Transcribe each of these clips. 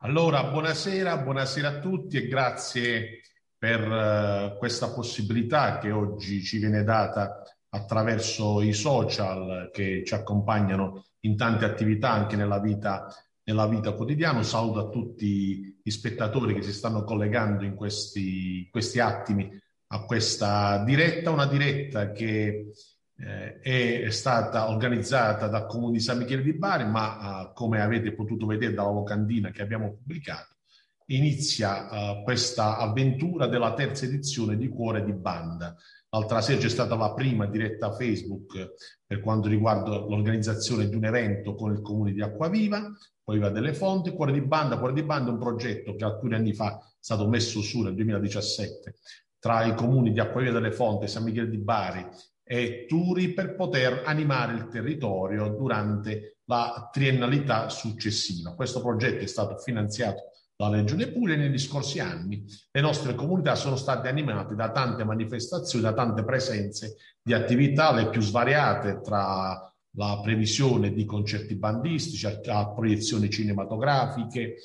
Allora, buonasera a tutti e grazie per questa possibilità che oggi ci viene data attraverso i social che ci accompagnano in tante attività anche nella vita quotidiana. Un saluto a tutti gli spettatori che si stanno collegando in questi attimi a questa diretta, una diretta che è stata organizzata dal Comune di San Michele di Bari, ma come avete potuto vedere dalla locandina che abbiamo pubblicato, inizia questa avventura della terza edizione di Cuore di Banda. L'altra sera c'è stata la prima diretta Facebook per quanto riguarda l'organizzazione di un evento con il Comune di Acquaviva, Acquaviva delle Fonti. Cuore di Banda è un progetto che alcuni anni fa è stato messo su nel 2017 tra i comuni di Acquaviva delle Fonti, San Michele di Bari e Turi per poter animare il territorio durante la triennalità successiva. Questo progetto è stato finanziato dalla Regione Puglia e negli scorsi anni le nostre comunità sono state animate da tante manifestazioni, da tante presenze di attività, le più svariate, tra la previsione di concerti bandistici, a proiezioni cinematografiche,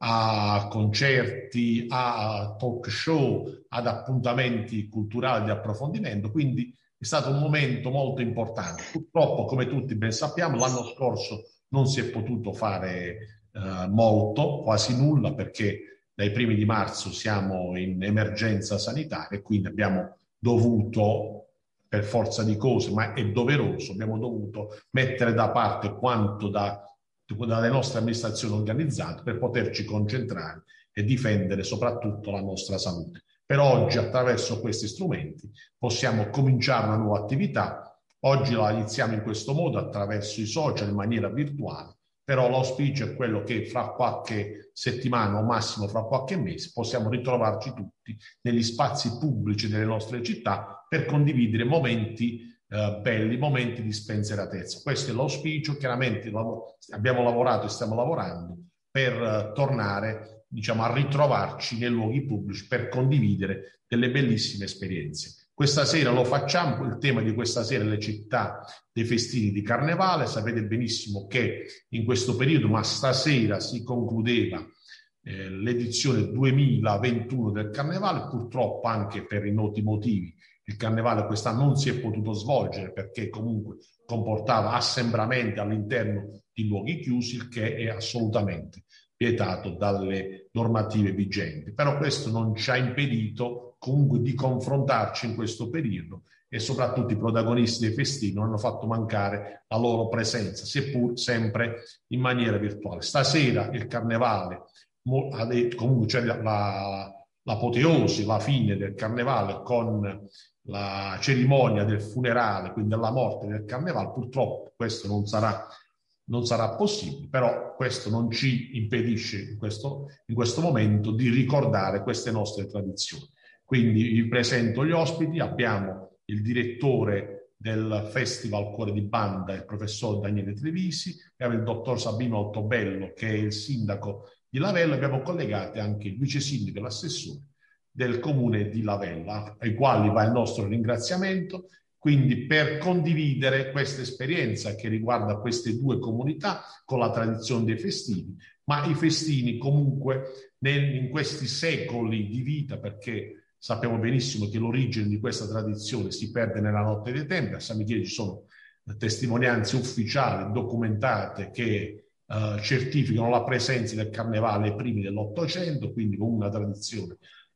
a concerti, a talk show, ad appuntamenti culturali di approfondimento. Quindi è stato un momento molto importante. Purtroppo, come tutti ben sappiamo, l'anno scorso non si è potuto fare molto, quasi nulla, perché dai primi di marzo siamo in emergenza sanitaria e quindi abbiamo dovuto, per forza di cose, ma è doveroso, abbiamo dovuto mettere da parte quanto dalle nostre amministrazioni organizzate per poterci concentrare e difendere soprattutto la nostra salute. Per oggi, attraverso questi strumenti, possiamo cominciare una nuova attività. Oggi la iniziamo in questo modo, attraverso i social, in maniera virtuale, però l'auspicio è quello che fra qualche settimana o massimo fra qualche mese possiamo ritrovarci tutti negli spazi pubblici delle nostre città per condividere momenti belli, momenti di spensieratezza. Questo è l'auspicio. Chiaramente abbiamo lavorato e stiamo lavorando per tornare, diciamo, a ritrovarci nei luoghi pubblici per condividere delle bellissime esperienze. Questa sera lo facciamo, il tema di questa sera è le città dei festini di Carnevale. Sapete benissimo che in questo periodo, ma stasera si concludeva l'edizione 2021 del Carnevale, purtroppo anche per i noti motivi il Carnevale quest'anno non si è potuto svolgere perché comunque comportava assembramenti all'interno di luoghi chiusi, il che è assolutamente vietato dalle normative vigenti. Però questo non ci ha impedito comunque di confrontarci in questo periodo e soprattutto i protagonisti dei festini non hanno fatto mancare la loro presenza, seppur sempre in maniera virtuale. Stasera il Carnevale, comunque c'è l'apoteosi, la fine del Carnevale con la cerimonia del funerale, quindi della morte del Carnevale. Purtroppo questo non sarà possibile, però questo non ci impedisce in questo momento di ricordare queste nostre tradizioni. Quindi vi presento gli ospiti. Abbiamo il direttore del Festival Cuore di Banda, il professor Daniele Trevisi, abbiamo il dottor Sabino Altobello, che è il sindaco di Lavella. Abbiamo collegati anche il vice sindaco e l'assessore del comune di Lavella, ai quali va il nostro ringraziamento, quindi per condividere questa esperienza che riguarda queste due comunità con la tradizione dei festini, ma i festini comunque in questi secoli di vita, perché sappiamo benissimo che l'origine di questa tradizione si perde nella notte dei tempi. A San Michele ci sono testimonianze ufficiali documentate che certificano la presenza del Carnevale ai primi dell'Ottocento, quindi con una tradizione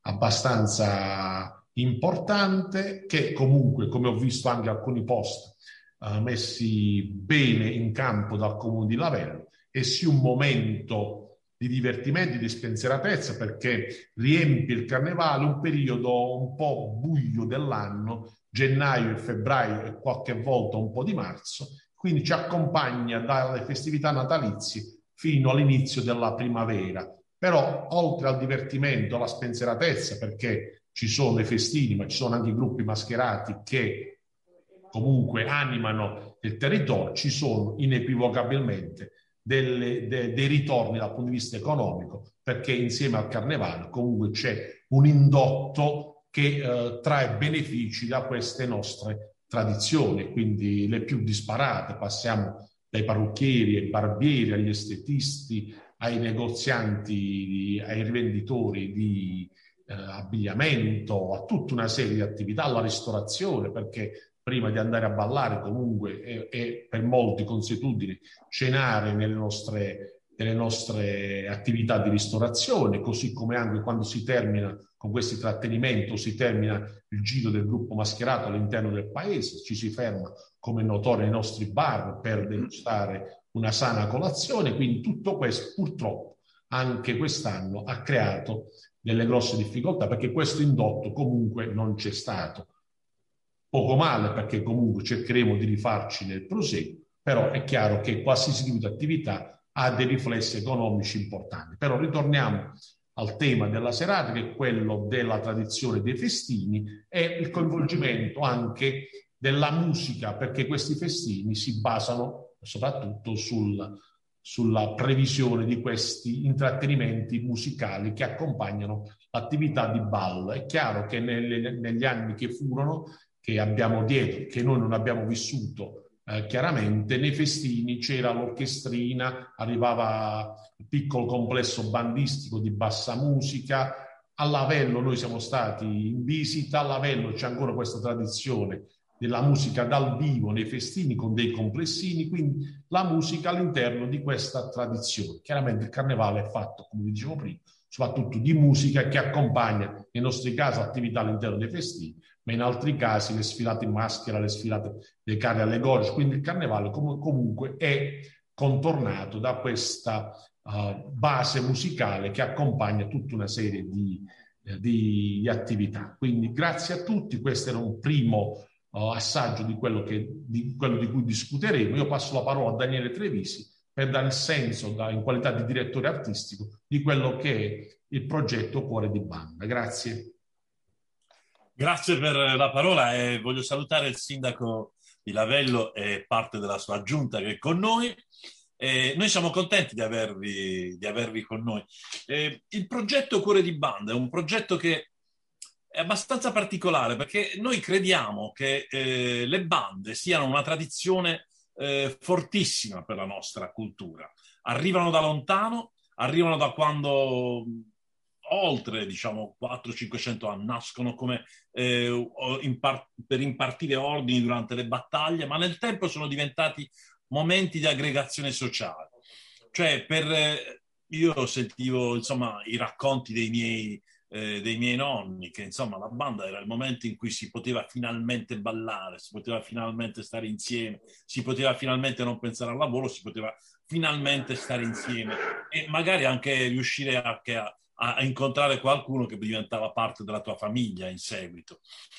abbastanza importante che comunque, come ho visto anche alcuni post messi bene in campo dal comune di Lavella, è sì un momento di divertimento, di spensieratezza, perché riempie il Carnevale un periodo un po' buio dell'anno, gennaio e febbraio e qualche volta un po' di marzo, quindi ci accompagna dalle festività natalizie fino all'inizio della primavera. Però oltre al divertimento, alla spensieratezza, perché ci sono i festini, ma ci sono anche i gruppi mascherati che comunque animano il territorio, ci sono inequivocabilmente dei ritorni dal punto di vista economico, perché insieme al Carnevale comunque c'è un indotto che trae benefici da queste nostre tradizioni, quindi le più disparate. Passiamo dai parrucchieri ai barbieri, agli estetisti, ai negozianti, ai rivenditori di abbigliamento, a tutta una serie di attività, alla ristorazione, perché prima di andare a ballare comunque è per molti consuetudine cenare nelle nostre attività di ristorazione, così come anche quando si termina con questo intrattenimento, si termina il giro del gruppo mascherato all'interno del paese, ci si ferma come è notorio nei nostri bar per degustare una sana colazione, quindi tutto questo purtroppo anche quest'anno ha creato delle grosse difficoltà perché questo indotto comunque non c'è stato. Poco male perché comunque cercheremo di rifarci nel proseguo, però è chiaro che qualsiasi tipo di attività ha dei riflessi economici importanti. Però ritorniamo al tema della serata, che è quello della tradizione dei festini e il coinvolgimento anche della musica, perché questi festini si basano soprattutto sulla previsione di questi intrattenimenti musicali che accompagnano l'attività di ballo. È chiaro che negli anni che furono, che abbiamo dietro, che noi non abbiamo vissuto, chiaramente nei festini c'era l'orchestrina, arrivava il piccolo complesso bandistico di bassa musica. A Lavello noi siamo stati in visita, a Lavello c'è ancora questa tradizione della musica dal vivo nei festini con dei complessini, quindi la musica all'interno di questa tradizione. Chiaramente il carnevale è fatto, come vi dicevo prima, soprattutto di musica che accompagna, nei nostri casi, attività all'interno dei festini, ma in altri casi le sfilate in maschera, le sfilate dei carri allegorici. Quindi il carnevale comunque è contornato da questa base musicale che accompagna tutta una serie di attività. Quindi grazie a tutti, questo era un primo assaggio di quello di cui discuteremo. Io passo la parola a Daniele Trevisi per dare il senso, in qualità di direttore artistico, di quello che è il progetto Cuore di Banda. Grazie. Grazie per la parola e voglio salutare il sindaco di Lavello e parte della sua giunta che è con noi. Noi siamo contenti di avervi con noi. Il progetto Cuore di Banda è un progetto che è abbastanza particolare perché noi crediamo che le bande siano una tradizione fortissima per la nostra cultura. Arrivano da lontano, arrivano da quando oltre diciamo 400-500 anni nascono come per impartire ordini durante le battaglie, ma nel tempo sono diventati momenti di aggregazione sociale. Cioè, io sentivo insomma i racconti dei miei nonni, che insomma la banda era il momento in cui si poteva finalmente ballare, si poteva finalmente stare insieme, si poteva finalmente non pensare al lavoro, si poteva finalmente stare insieme e magari anche riuscire a incontrare qualcuno che diventava parte della tua famiglia in seguito.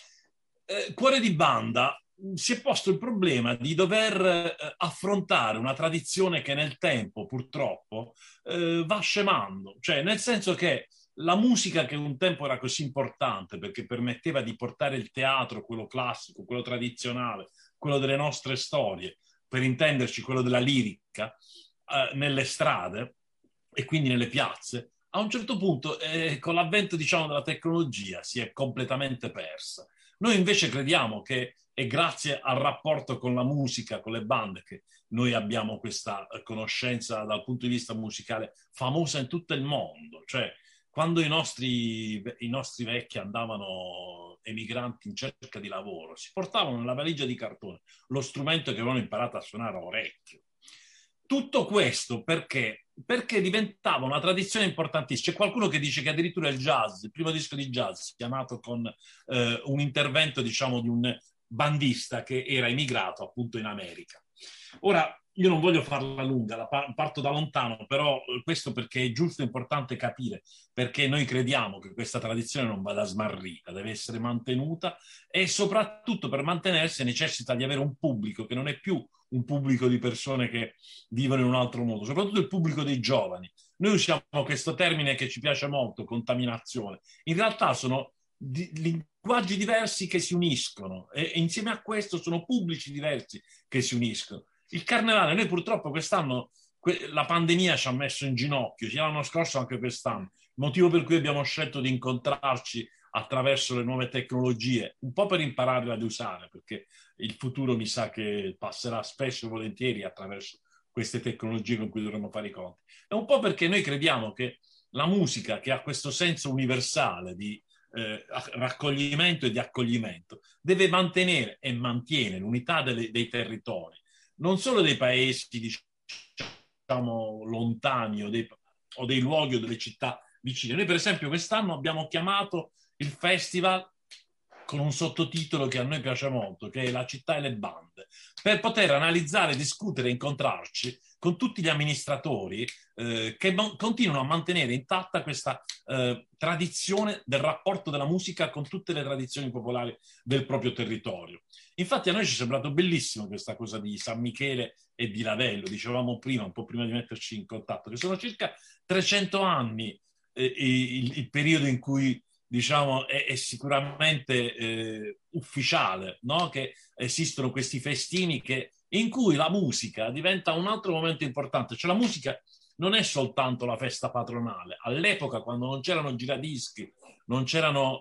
Cuore di Banda si è posto il problema di dover affrontare una tradizione che nel tempo purtroppo va scemando, cioè nel senso che la musica che un tempo era così importante perché permetteva di portare il teatro, quello classico, quello tradizionale, quello delle nostre storie, per intenderci quello della lirica, nelle strade e quindi nelle piazze, a un certo punto con l'avvento diciamo della tecnologia si è completamente persa. Noi invece crediamo che è grazie al rapporto con la musica, con le bande, che noi abbiamo questa conoscenza dal punto di vista musicale famosa in tutto il mondo. Cioè, quando i nostri vecchi andavano emigranti in cerca di lavoro, si portavano nella valigia di cartone lo strumento che avevano imparato a suonare a orecchio. Tutto questo perché diventava una tradizione importantissima. C'è qualcuno che dice che addirittura il jazz, il primo disco di jazz, chiamato con un intervento, diciamo, di un bandista che era emigrato appunto in America. Ora, io non voglio farla lunga, parto da lontano, però questo perché è giusto e importante capire, perché noi crediamo che questa tradizione non vada smarrita, deve essere mantenuta e soprattutto per mantenersi necessita di avere un pubblico che non è più un pubblico di persone che vivono in un altro modo, soprattutto il pubblico dei giovani. Noi usiamo questo termine che ci piace molto, contaminazione. In realtà sono linguaggi diversi che si uniscono e insieme a questo sono pubblici diversi che si uniscono. Il carnevale, noi purtroppo quest'anno la pandemia ci ha messo in ginocchio, sia l'anno scorso anche quest'anno, motivo per cui abbiamo scelto di incontrarci attraverso le nuove tecnologie, un po' per imparare ad usare, perché il futuro mi sa che passerà spesso e volentieri attraverso queste tecnologie con cui dovremmo fare i conti. È un po' perché noi crediamo che la musica, che ha questo senso universale di raccoglimento e di accoglimento, deve mantenere e mantiene l'unità dei territori, non solo dei paesi, diciamo, lontani o dei luoghi o delle città vicine. Noi, per esempio, quest'anno abbiamo chiamato il festival con un sottotitolo che a noi piace molto, che è La città e le bande, per poter analizzare, discutere e incontrarci con tutti gli amministratori che continuano a mantenere intatta questa tradizione del rapporto della musica con tutte le tradizioni popolari del proprio territorio. Infatti a noi ci è sembrato bellissimo questa cosa di San Michele e di Lavello, dicevamo prima, un po' prima di metterci in contatto, che sono circa 300 anni il periodo in cui, diciamo, è sicuramente ufficiale, no? Che esistono questi festini in cui la musica diventa un altro momento importante. Cioè la musica non è soltanto la festa patronale. All'epoca, quando non c'erano giradischi, non c'erano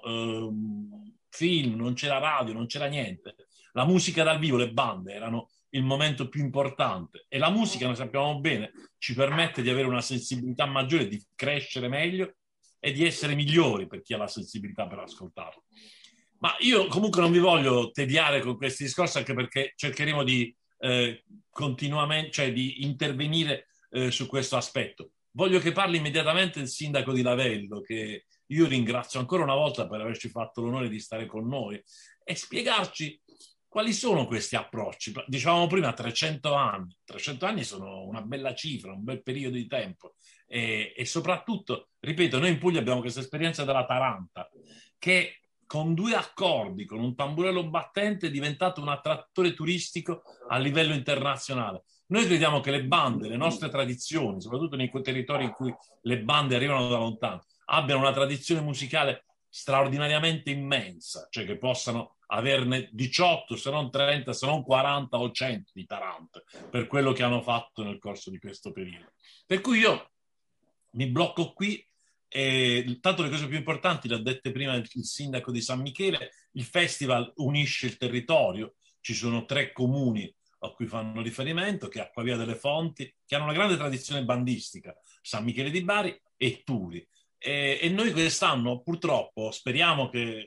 film, non c'era radio, non c'era niente, la musica dal vivo, le bande erano il momento più importante, e la musica, noi sappiamo bene, ci permette di avere una sensibilità maggiore, di crescere meglio e di essere migliori per chi ha la sensibilità per ascoltarlo. Ma io comunque non vi voglio tediare con questi discorsi, anche perché cercheremo di continuamente, cioè di intervenire su questo aspetto. Voglio che parli immediatamente il sindaco di Lavello, che io ringrazio ancora una volta per averci fatto l'onore di stare con noi, e spiegarci quali sono questi approcci. Dicevamo prima 300 anni. 300 anni sono una bella cifra, un bel periodo di tempo. E soprattutto, ripeto, noi in Puglia abbiamo questa esperienza della Taranta, che con 2 accordi, con un tamburello battente, è diventato un attrattore turistico a livello internazionale. Noi crediamo che le bande, le nostre tradizioni, soprattutto nei territori in cui le bande arrivano da lontano, abbiano una tradizione musicale straordinariamente immensa, cioè che possano averne 18, se non 30, se non 40 o 100 di tarante, per quello che hanno fatto nel corso di questo periodo. Per cui io mi blocco qui. E tanto le cose più importanti le ha dette prima il sindaco di San Michele. Il festival unisce il territorio, ci sono 3 comuni a cui fanno riferimento, che è Acquavia delle Fonti, che hanno una grande tradizione bandistica, San Michele di Bari e Turi. E noi quest'anno, purtroppo, speriamo che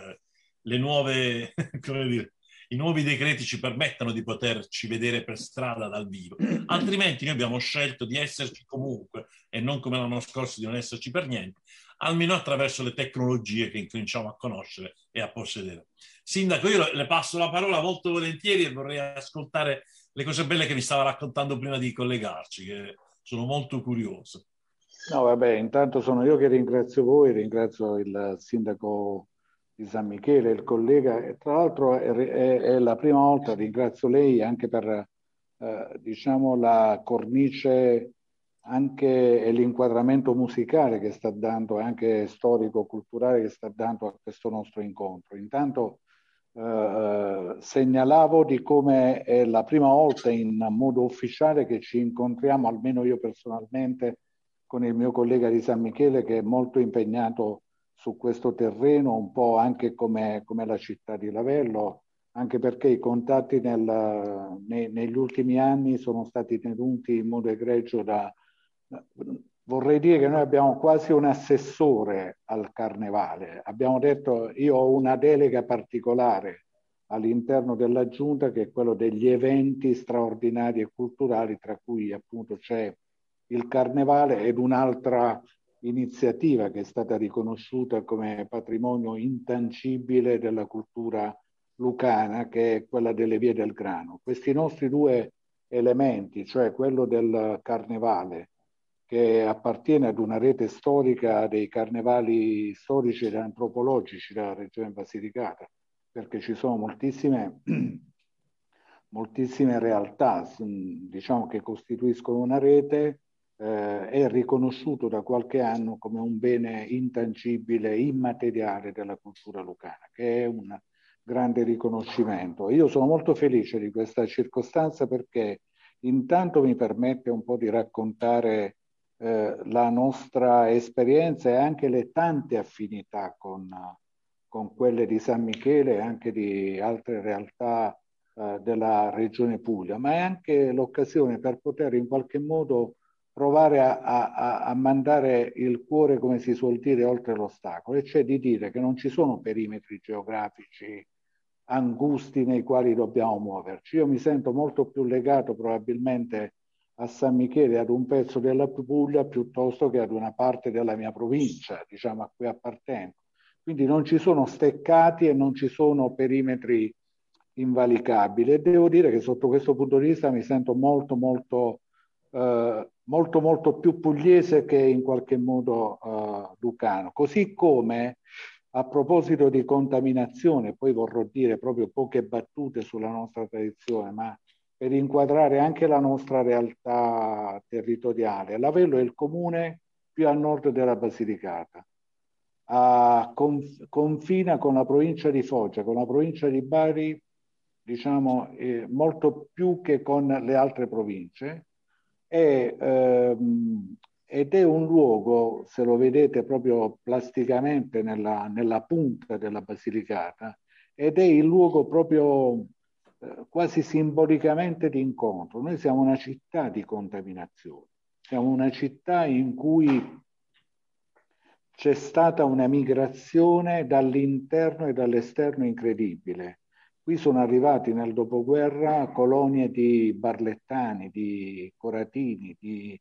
le nuove, come dire, i nuovi decreti ci permettano di poterci vedere per strada dal vivo. Altrimenti noi abbiamo scelto di esserci comunque, e non come l'anno scorso di non esserci per niente, almeno attraverso le tecnologie che incominciamo a conoscere e a possedere. Sindaco, io le passo la parola molto volentieri e vorrei ascoltare le cose belle che mi stava raccontando prima di collegarci, che sono molto curioso. No, vabbè, intanto sono io che ringrazio voi, ringrazio il sindaco di San Michele, il collega, e tra l'altro è la prima volta, ringrazio lei anche per diciamo la cornice anche e l'inquadramento musicale che sta dando, anche storico-culturale che sta dando a questo nostro incontro. Intanto segnalavo di come è la prima volta in modo ufficiale che ci incontriamo, almeno io personalmente, con il mio collega di San Michele, che è molto impegnato su questo terreno, un po' anche come la città di Lavello, anche perché i contatti negli ultimi anni sono stati tenuti in modo egregio vorrei dire che noi abbiamo quasi un assessore al carnevale. Abbiamo detto, io ho una delega particolare all'interno della giunta, che è quello degli eventi straordinari e culturali, tra cui appunto c'è il carnevale ed un'altra iniziativa che è stata riconosciuta come patrimonio intangibile della cultura lucana, che è quella delle vie del grano. Questi nostri 2 elementi, cioè quello del carnevale, che appartiene ad una rete storica dei carnevali storici ed antropologici della regione Basilicata, perché ci sono moltissime realtà, diciamo, che costituiscono una rete, è riconosciuto da qualche anno come un bene intangibile, immateriale della cultura lucana, che è un grande riconoscimento. Io sono molto felice di questa circostanza perché intanto mi permette un po' di raccontare la nostra esperienza e anche le tante affinità con quelle di San Michele e anche di altre realtà della Regione Puglia, ma è anche l'occasione per poter in qualche modo provare a mandare il cuore, come si suol dire, oltre l'ostacolo, e cioè di dire che non ci sono perimetri geografici angusti nei quali dobbiamo muoverci. Io mi sento molto più legato probabilmente a San Michele, ad un pezzo della Puglia, piuttosto che ad una parte della mia provincia, diciamo, a cui appartengo. Quindi non ci sono steccati e non ci sono perimetri invalicabili, e devo dire che sotto questo punto di vista mi sento molto molto più pugliese che in qualche modo lucano. Così come, a proposito di contaminazione, poi vorrò dire proprio poche battute sulla nostra tradizione, ma per inquadrare anche la nostra realtà territoriale, Lavello è il comune più a nord della Basilicata. Confina con la provincia di Foggia, con la provincia di Bari, diciamo, molto più che con le altre province, ed è un luogo, se lo vedete proprio plasticamente nella punta della Basilicata, ed è il luogo proprio quasi simbolicamente di incontro. Noi siamo una città di contaminazione, siamo una città in cui c'è stata una migrazione dall'interno e dall'esterno incredibile. Qui sono arrivati nel dopoguerra colonie di barlettani, di coratini, di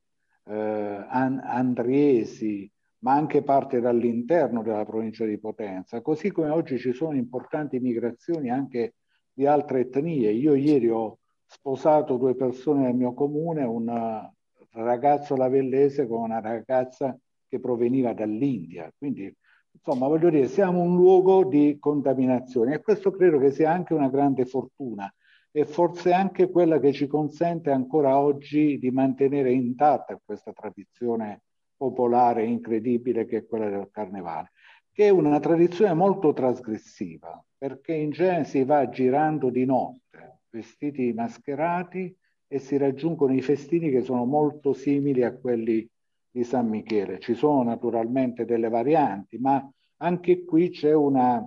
andriesi, ma anche parte dall'interno della provincia di Potenza, così come oggi ci sono importanti migrazioni anche di altre etnie. Io ieri ho sposato 2 persone del mio comune, un ragazzo lavellese con una ragazza che proveniva dall'India. Quindi, insomma, voglio dire, siamo un luogo di contaminazione, e questo credo che sia anche una grande fortuna, e forse anche quella che ci consente ancora oggi di mantenere intatta questa tradizione popolare incredibile che è quella del carnevale, che è una tradizione molto trasgressiva, perché in genere si va girando di notte, vestiti mascherati, e si raggiungono i festini che sono molto simili a quelli di San Michele. Ci sono naturalmente delle varianti, ma anche qui c'è una,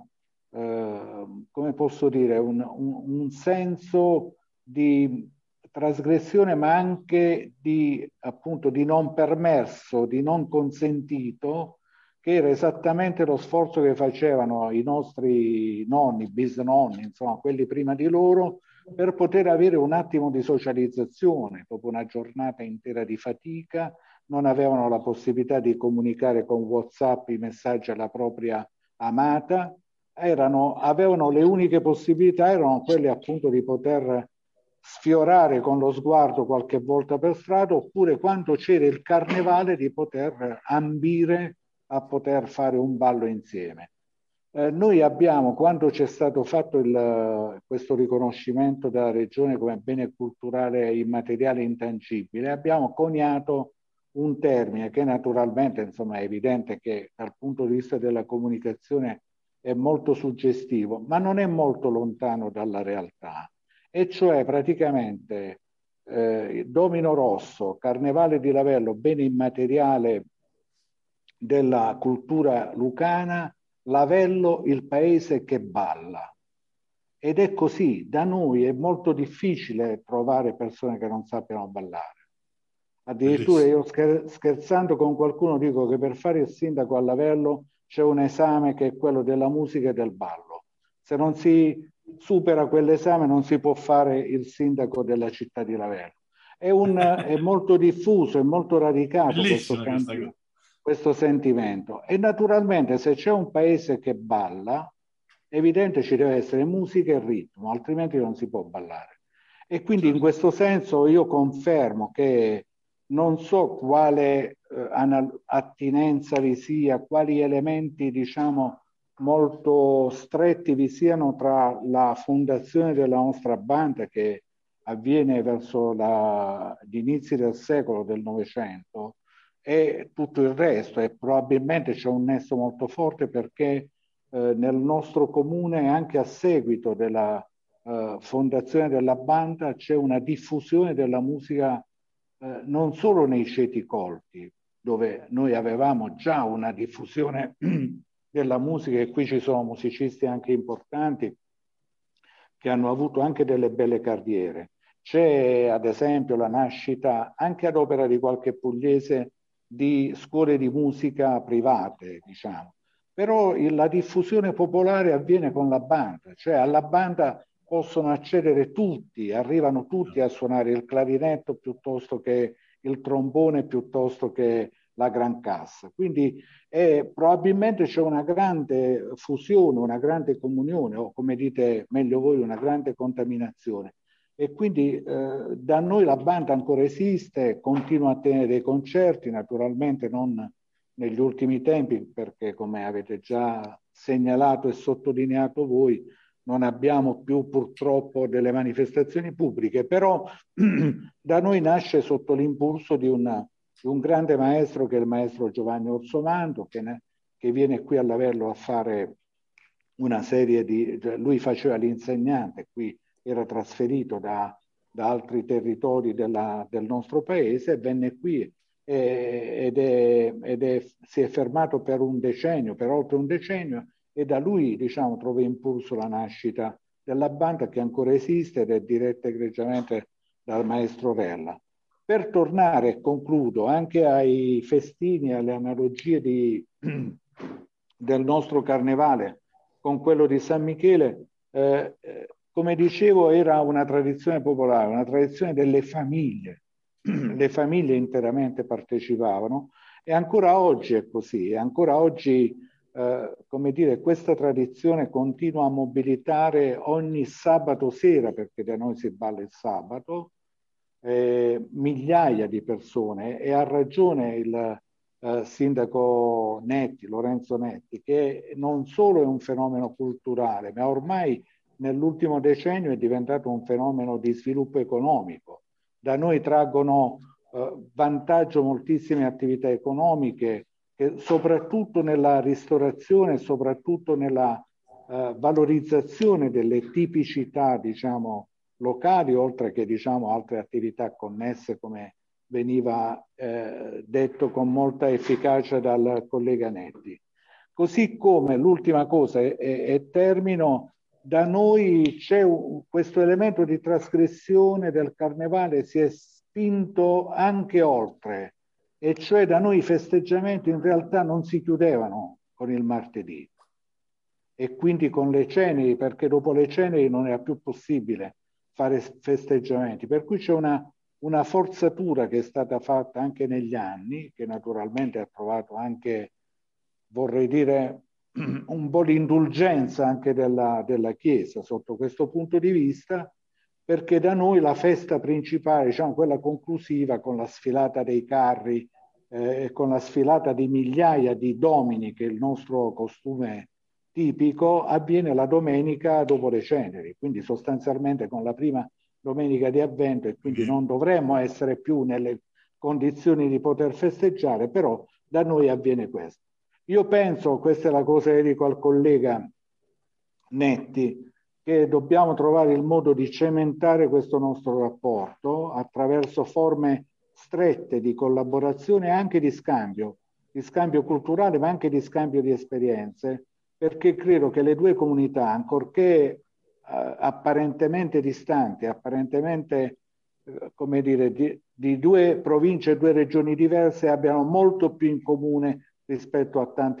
come posso dire, un senso di trasgressione, ma anche di, appunto, di non permesso, di non consentito, che era esattamente lo sforzo che facevano i nostri nonni, bisnonni, insomma, quelli prima di loro, per poter avere un attimo di socializzazione dopo una giornata intera di fatica. Non avevano la possibilità di comunicare con WhatsApp i messaggi alla propria amata, avevano le uniche possibilità, erano quelle appunto di poter sfiorare con lo sguardo qualche volta per strada, oppure quando c'era il carnevale di poter ambire a poter fare un ballo insieme. Noi abbiamo, quando c'è stato fatto questo riconoscimento dalla Regione come bene culturale immateriale intangibile, abbiamo coniato un termine che naturalmente, insomma, è evidente che dal punto di vista della comunicazione è molto suggestivo, ma non è molto lontano dalla realtà, e cioè praticamente Domino Rosso, Carnevale di Lavello, bene immateriale della cultura lucana, Lavello il paese che balla. Ed è così, da noi è molto difficile trovare persone che non sappiano ballare. Addirittura io scherzando con qualcuno dico che per fare il sindaco a Lavello c'è un esame che è quello della musica e del ballo. Se non si supera quell'esame non si può fare il sindaco della città di Lavello. È molto diffuso, è molto radicato questo sentimento. E naturalmente se c'è un paese che balla, è evidente ci deve essere musica e ritmo, altrimenti non si può ballare. E quindi in questo senso io confermo che non so quale attinenza vi sia, quali elementi, diciamo, molto stretti vi siano tra la fondazione della nostra banda, che avviene verso gli inizi del secolo del Novecento, e tutto il resto. E probabilmente c'è un nesso molto forte, perché nel nostro comune, anche a seguito della fondazione della banda, c'è una diffusione della musica non solo nei ceti colti, dove noi avevamo già una diffusione della musica, e qui ci sono musicisti anche importanti che hanno avuto anche delle belle carriere. C'è ad esempio la nascita, anche ad opera di qualche pugliese, di scuole di musica private, diciamo. Però la diffusione popolare avviene con la banda, cioè alla banda possono accedere tutti, arrivano tutti a suonare il clarinetto piuttosto che il trombone, piuttosto che la gran cassa. Quindi probabilmente c'è una grande fusione, una grande comunione, o come dite meglio voi, una grande contaminazione. E quindi da noi la banda ancora esiste, continua a tenere dei concerti, naturalmente non negli ultimi tempi, perché come avete già segnalato e sottolineato voi, non abbiamo più purtroppo delle manifestazioni pubbliche, però da noi nasce sotto l'impulso di un grande maestro che è il maestro Giovanni Orsomanto, che viene qui all'Averlo a fare una serie di... Lui faceva l'insegnante, qui era trasferito da altri territori del nostro paese, venne qui si è fermato per un decennio, per oltre un decennio, e da lui, diciamo, trova impulso la nascita della banda che ancora esiste ed è diretta egregiamente dal maestro Rella. Per tornare, concludo, anche ai festini, alle analogie del nostro carnevale con quello di San Michele, come dicevo, era una tradizione popolare, una tradizione delle famiglie. Le famiglie interamente partecipavano e ancora oggi è così, e ancora oggi come dire, questa tradizione continua a mobilitare ogni sabato sera, perché da noi si balla il sabato, migliaia di persone, e ha ragione il sindaco Netti, Lorenzo Netti, che non solo è un fenomeno culturale, ma ormai nell'ultimo decennio è diventato un fenomeno di sviluppo economico. Da noi traggono vantaggio moltissime attività economiche, soprattutto nella ristorazione, soprattutto nella valorizzazione delle tipicità, diciamo, locali, oltre che, diciamo, altre attività connesse, come veniva detto con molta efficacia dal collega Netti. Così come l'ultima cosa, e termino, da noi c'è questo elemento di trasgressione del carnevale, si è spinto anche oltre, e cioè da noi i festeggiamenti in realtà non si chiudevano con il martedì e quindi con le ceneri, perché dopo le ceneri non era più possibile fare festeggiamenti, per cui c'è una forzatura che è stata fatta anche negli anni, che naturalmente ha trovato anche, vorrei dire, un po' l'indulgenza anche della Chiesa sotto questo punto di vista, perché da noi la festa principale, diciamo quella conclusiva, con la sfilata dei carri, con la sfilata di migliaia di domini, che è il nostro costume tipico, avviene la domenica dopo le ceneri, quindi sostanzialmente con la prima domenica di Avvento, e quindi non dovremmo essere più nelle condizioni di poter festeggiare, però da noi avviene questo. Io penso, questa è la cosa che dico al collega Netti, che dobbiamo trovare il modo di cementare questo nostro rapporto attraverso forme strette di collaborazione e anche di scambio culturale, ma anche di scambio di esperienze, perché credo che le due comunità, ancorché apparentemente distanti, apparentemente come dire, di due province e due regioni diverse, abbiano molto più in comune rispetto a tanti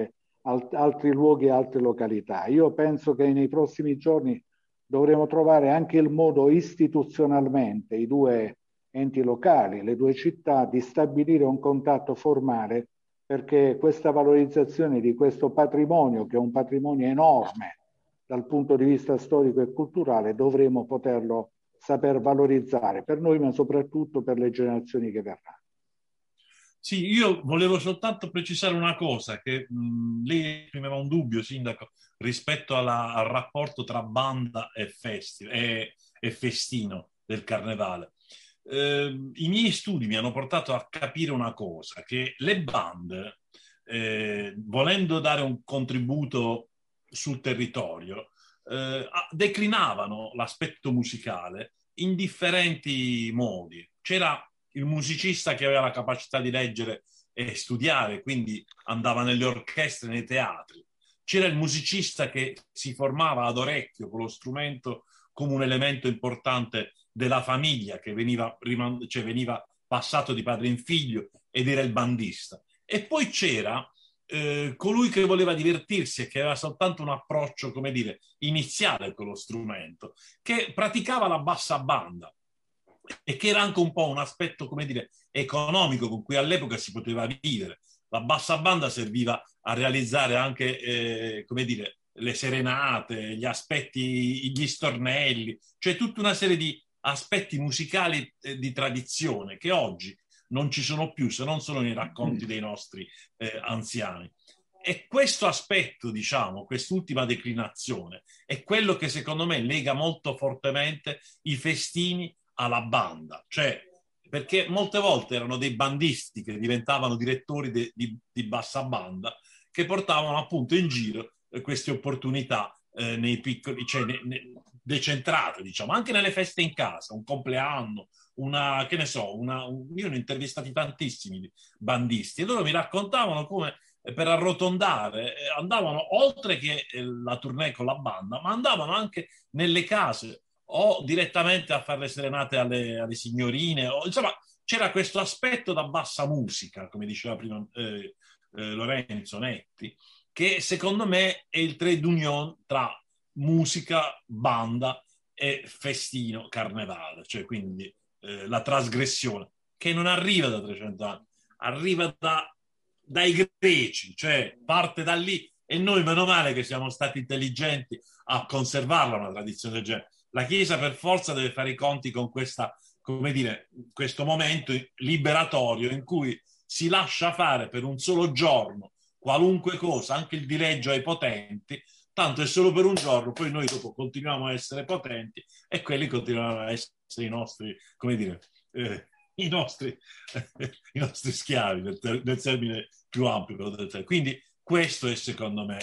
altri luoghi e altre località. Io penso che nei prossimi giorni dovremo trovare anche il modo istituzionalmente, i due enti locali, le due città, di stabilire un contatto formale, perché questa valorizzazione di questo patrimonio, che è un patrimonio enorme dal punto di vista storico e culturale, dovremo poterlo saper valorizzare per noi, ma soprattutto per le generazioni che verranno. Sì, io volevo soltanto precisare una cosa, che lei esprimeva un dubbio, Sindaco, rispetto al rapporto tra banda e festino del Carnevale. I miei studi mi hanno portato a capire una cosa, che le bande, volendo dare un contributo sul territorio, declinavano l'aspetto musicale in differenti modi. C'era il musicista che aveva la capacità di leggere e studiare, quindi andava nelle orchestre, nei teatri. c'era il musicista che si formava ad orecchio con lo strumento come un elemento importante della famiglia, che veniva passato di padre in figlio, ed era il bandista. E poi c'era colui che voleva divertirsi e che aveva soltanto un approccio, come dire, iniziale con lo strumento, che praticava la bassa banda e che era anche un po' un aspetto, come dire, economico con cui all'epoca si poteva vivere. La bassa banda serviva a realizzare anche, come dire, le serenate, gli aspetti, gli stornelli, cioè tutta una serie di aspetti musicali di tradizione che oggi non ci sono più, se non solo nei racconti dei nostri anziani. E questo aspetto, diciamo, quest'ultima declinazione, è quello che secondo me lega molto fortemente i festini alla banda, cioè perché molte volte erano dei bandisti che diventavano direttori di bassa banda, che portavano appunto in giro queste opportunità nei piccoli, cioè decentrate, diciamo, anche nelle feste in casa, un compleanno, che ne so, io ne ho intervistati tantissimi bandisti e loro mi raccontavano come per arrotondare andavano oltre che la tournée con la banda, ma andavano anche nelle case o direttamente a fare le serenate alle signorine, insomma c'era questo aspetto da bassa musica, come diceva prima Lorenzo Netti, che secondo me è il trade union tra musica, banda e festino carnevale, cioè quindi la trasgressione, che non arriva da 300 anni, arriva dai greci, cioè parte da lì, e noi meno male che siamo stati intelligenti a conservarla una tradizione del genere. La Chiesa per forza deve fare i conti con questa, come dire, questo momento liberatorio in cui si lascia fare per un solo giorno qualunque cosa, anche il dileggio ai potenti, tanto è solo per un giorno, poi noi dopo continuiamo a essere potenti e quelli continuano a essere i nostri, come dire, i nostri schiavi, nel termine più ampio. Quindi questo è secondo me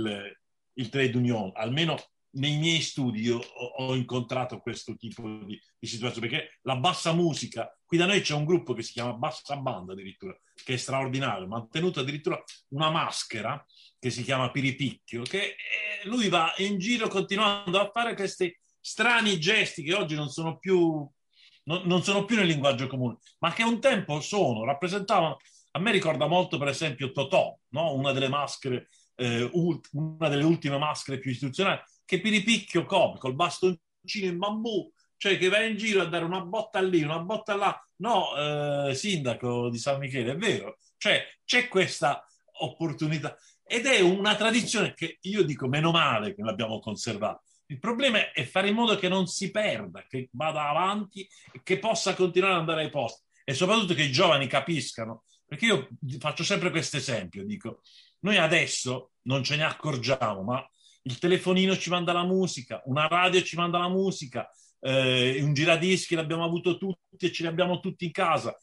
il trade union, almeno nei miei studi io ho incontrato questo tipo di situazione, perché la bassa musica, qui da noi c'è un gruppo che si chiama Bassa Banda addirittura, che è straordinario, mantenuto addirittura una maschera che si chiama Piripicchio, che lui va in giro continuando a fare questi strani gesti che oggi non sono più nel linguaggio comune, ma che un tempo rappresentavano. A me ricorda molto per esempio Totò, no? Una delle maschere, una delle ultime maschere più istituzionali, che Piripicchio copre col bastoncino in bambù, cioè che va in giro a dare una botta lì, una botta là. No, sindaco di San Michele, è vero, cioè c'è questa opportunità ed è una tradizione che io dico meno male che l'abbiamo conservata. Il problema è fare in modo che non si perda, che vada avanti, che possa continuare ad andare ai posti e soprattutto che i giovani capiscano, perché io faccio sempre questo esempio, dico, noi adesso non ce ne accorgiamo, ma il telefonino ci manda la musica, una radio ci manda la musica, un giradischi l'abbiamo avuto tutti e ce li abbiamo tutti in casa,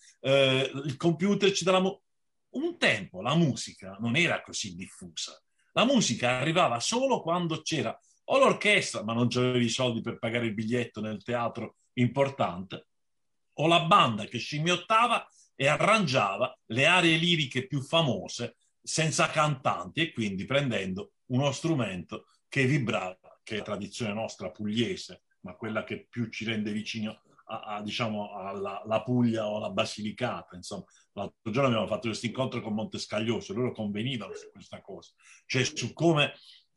il computer ci dà la musica. Un tempo la musica non era così diffusa, la musica arrivava solo quando c'era o l'orchestra, ma non c'avevi i soldi per pagare il biglietto nel teatro importante, o la banda che scimmiottava e arrangiava le aree liriche più famose senza cantanti e quindi prendendo uno strumento che vibrava, che è la tradizione nostra pugliese, ma quella che più ci rende vicino diciamo alla Puglia o alla Basilicata. Insomma, l'altro giorno abbiamo fatto questo incontro con Montescaglioso, loro convenivano su questa cosa, cioè su come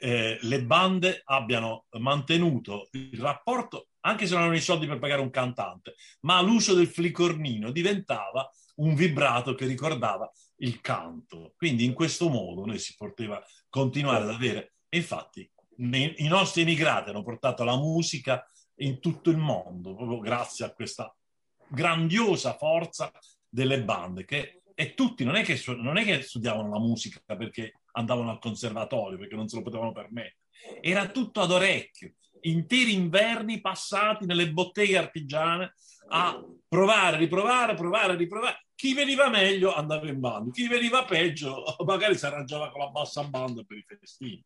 le bande abbiano mantenuto il rapporto, anche se non avevano i soldi per pagare un cantante, ma l'uso del flicornino diventava un vibrato che ricordava il canto. Quindi in questo modo noi si poteva continuare ad avere, e infatti i nostri emigrati hanno portato la musica in tutto il mondo, proprio grazie a questa grandiosa forza delle bande, e tutti non è che studiavano la musica perché andavano al conservatorio, perché non se lo potevano permettere, era tutto ad orecchio, interi inverni passati nelle botteghe artigiane a provare, riprovare, provare, riprovare. Chi veniva meglio andava in banda, chi veniva peggio magari si arrangiava con la bassa banda per i festini.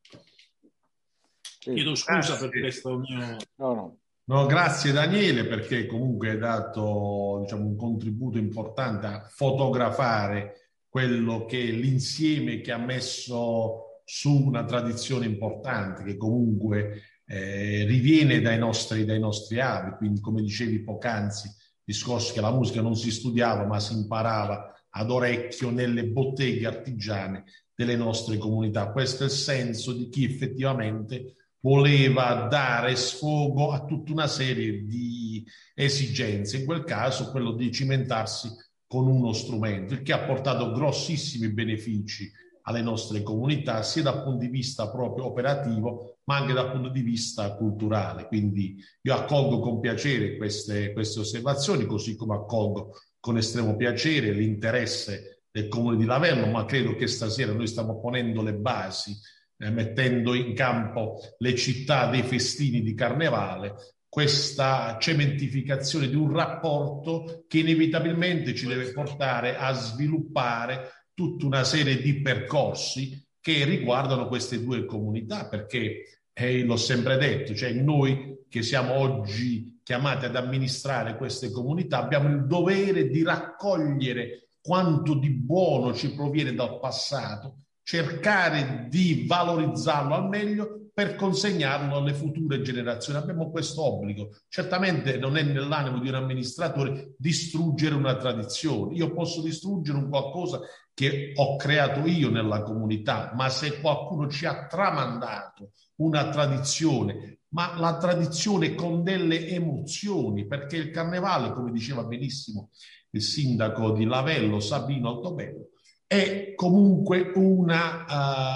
Chiedo scusa per questo mio... No, grazie Daniele, perché comunque hai dato, diciamo, un contributo importante a fotografare quello che è l'insieme che ha messo su una tradizione importante che comunque riviene dai nostri avi. Quindi, come dicevi poc'anzi, discorso che la musica non si studiava ma si imparava ad orecchio nelle botteghe artigiane delle nostre comunità. Questo è il senso di chi effettivamente voleva dare sfogo a tutta una serie di esigenze, in quel caso quello di cimentarsi con uno strumento, il che ha portato grossissimi benefici alle nostre comunità, sia dal punto di vista proprio operativo, ma anche dal punto di vista culturale. Quindi io accolgo con piacere queste osservazioni, così come accolgo con estremo piacere l'interesse del Comune di Lavello, ma credo che stasera noi stiamo ponendo le basi, mettendo in campo le città dei festini di Carnevale, questa cementificazione di un rapporto che inevitabilmente ci deve portare a sviluppare tutta una serie di percorsi che riguardano queste due comunità, perché l'ho sempre detto, cioè noi che siamo oggi chiamati ad amministrare queste comunità abbiamo il dovere di raccogliere quanto di buono ci proviene dal passato, cercare di valorizzarlo al meglio per consegnarlo alle future generazioni. Abbiamo questo obbligo. Certamente non è nell'animo di un amministratore distruggere una tradizione. Io posso distruggere un qualcosa che ho creato io nella comunità, ma se qualcuno ci ha tramandato una tradizione, ma la tradizione con delle emozioni, perché il carnevale, come diceva benissimo il sindaco di Lavello, Sabino Altobello, è comunque una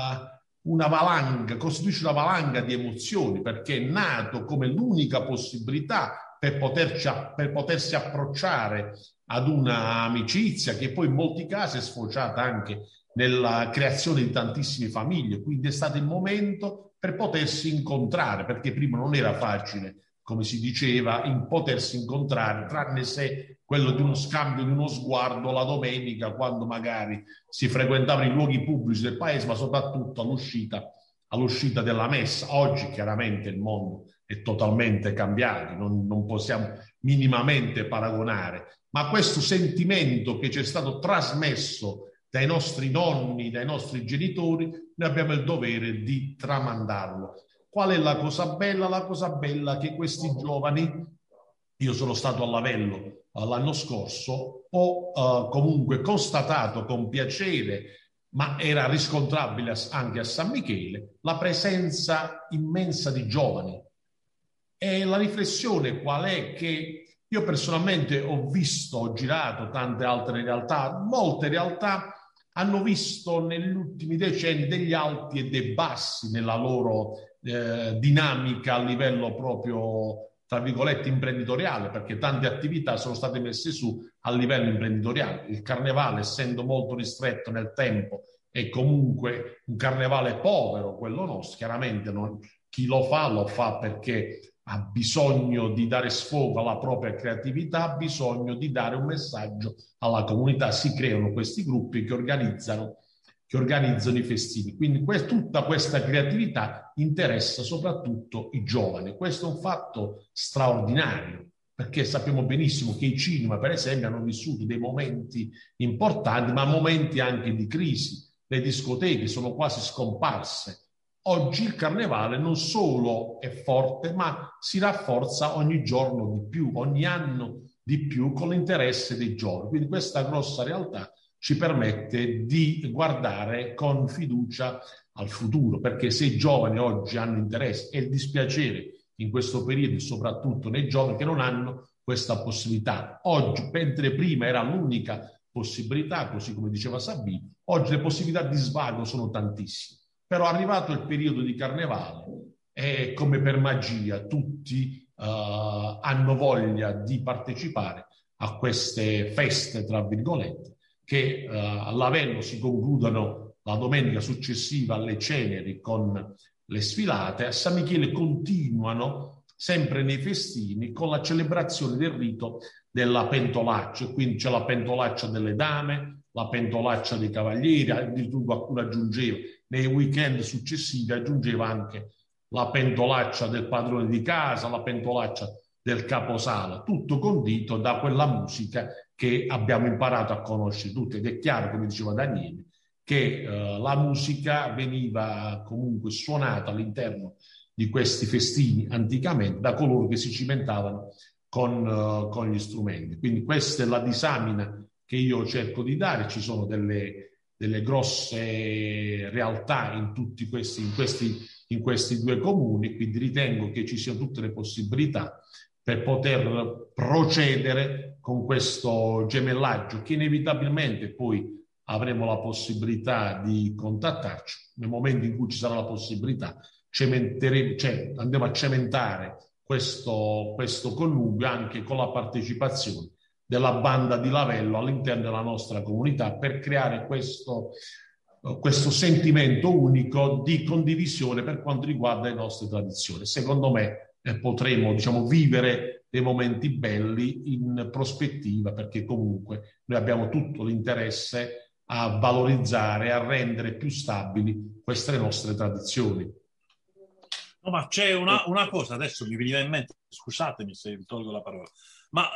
valanga, costituisce una valanga di emozioni, perché è nato come l'unica possibilità per potersi approcciare ad una amicizia che poi in molti casi è sfociata anche nella creazione di tantissime famiglie. Quindi è stato il momento per potersi incontrare, perché prima non era facile, come si diceva, potersi incontrare, tranne se quello di uno scambio, di uno sguardo la domenica, quando magari si frequentavano i luoghi pubblici del paese, ma soprattutto all'uscita della messa. Oggi chiaramente il mondo è totalmente cambiato, non possiamo minimamente paragonare, ma questo sentimento che ci è stato trasmesso dai nostri nonni, dai nostri genitori, noi abbiamo il dovere di tramandarlo. Qual è la cosa bella? La cosa bella è che questi giovani, io sono stato a Lavello l'anno scorso, ho comunque constatato con piacere, ma era riscontrabile anche a San Michele, la presenza immensa di giovani. E la riflessione qual è? Che io personalmente ho girato tante altre realtà, molte realtà hanno visto negli ultimi decenni degli alti e dei bassi nella loro dinamica a livello proprio, tra virgolette, imprenditoriale, perché tante attività sono state messe su a livello imprenditoriale. Il carnevale, essendo molto ristretto nel tempo, è comunque un carnevale povero, quello nostro. Chiaramente chi lo fa perché ha bisogno di dare sfogo alla propria creatività, ha bisogno di dare un messaggio alla comunità. Si creano questi gruppi che organizzano i festini. Quindi tutta questa creatività interessa soprattutto i giovani. Questo è un fatto straordinario, perché sappiamo benissimo che i cinema, per esempio, hanno vissuto dei momenti importanti, ma momenti anche di crisi. Le discoteche sono quasi scomparse. Oggi il carnevale non solo è forte, ma si rafforza ogni giorno di più, ogni anno di più, con l'interesse dei giovani. Quindi questa grossa realtà ci permette di guardare con fiducia al futuro, perché se i giovani oggi hanno interesse, e il dispiacere in questo periodo, soprattutto nei giovani che non hanno questa possibilità. Oggi, mentre prima era l'unica possibilità, così come diceva Sabino, oggi le possibilità di svago sono tantissime. Però arrivato il periodo di carnevale, è come per magia, tutti hanno voglia di partecipare a queste feste, tra virgolette, che a Lavello si concludono la domenica successiva alle ceneri con le sfilate. A San Michele continuano sempre nei festini con la celebrazione del rito della pentolaccia. Quindi c'è la pentolaccia delle dame, la pentolaccia dei cavalieri, addirittura qualcuno aggiungeva nei weekend successivi, aggiungeva anche la pentolaccia del padrone di casa, la pentolaccia del caposala, tutto condito da quella musica che abbiamo imparato a conoscere tutti. Ed è chiaro, come diceva Daniele, che la musica veniva comunque suonata all'interno di questi festini anticamente da coloro che si cimentavano con gli strumenti. Quindi questa è la disamina che io cerco di dare. Ci sono delle grosse realtà in tutti in questi due comuni, quindi ritengo che ci siano tutte le possibilità per poter procedere con questo gemellaggio che inevitabilmente poi avremo la possibilità di contattarci nel momento in cui ci sarà la possibilità. Cioè, andiamo a cementare questo connubio anche con la partecipazione della banda di Lavello all'interno della nostra comunità per creare questo sentimento unico di condivisione per quanto riguarda le nostre tradizioni. Secondo me potremo, diciamo, vivere dei momenti belli in prospettiva, perché comunque noi abbiamo tutto l'interesse a valorizzare, a rendere più stabili queste nostre tradizioni. No, ma c'è una cosa, adesso mi veniva in mente, scusatemi se vi tolgo la parola, ma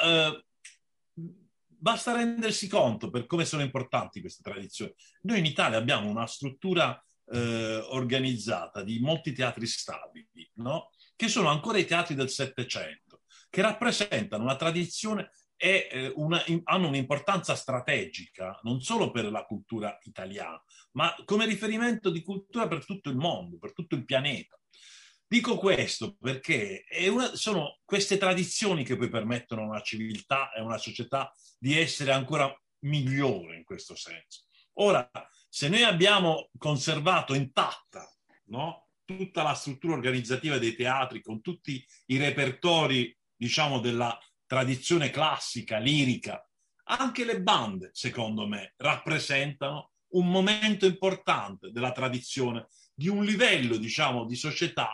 basta rendersi conto per come sono importanti queste tradizioni. Noi in Italia abbiamo una struttura organizzata di molti teatri stabili, no? Che sono ancora i teatri del Settecento, che rappresentano una tradizione e hanno un'importanza strategica non solo per la cultura italiana, ma come riferimento di cultura per tutto il mondo, per tutto il pianeta. Dico questo perché sono queste tradizioni che poi permettono a una civiltà e a una società di essere ancora migliore in questo senso. Ora, se noi abbiamo conservato intatta, no, tutta la struttura organizzativa dei teatri con tutti i repertori, diciamo, della tradizione classica, lirica, anche le bande, secondo me, rappresentano un momento importante della tradizione, di un livello, diciamo, di società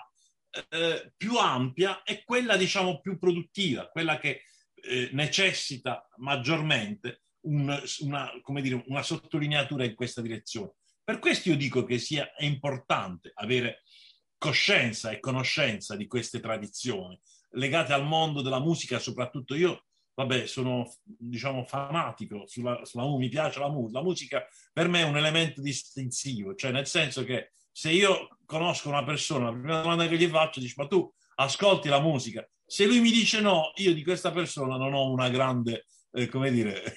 più ampia e quella, diciamo, più produttiva, quella che necessita maggiormente una sottolineatura in questa direzione. Per questo io dico che è importante avere coscienza e conoscenza di queste tradizioni legate al mondo della musica. Soprattutto io, vabbè, sono, diciamo, fanatico mi piace la musica. La musica per me è un elemento distintivo, cioè nel senso che se io conosco una persona, la prima domanda che gli faccio dice: ma tu ascolti la musica? Se lui mi dice no, io di questa persona non ho una grande, come dire,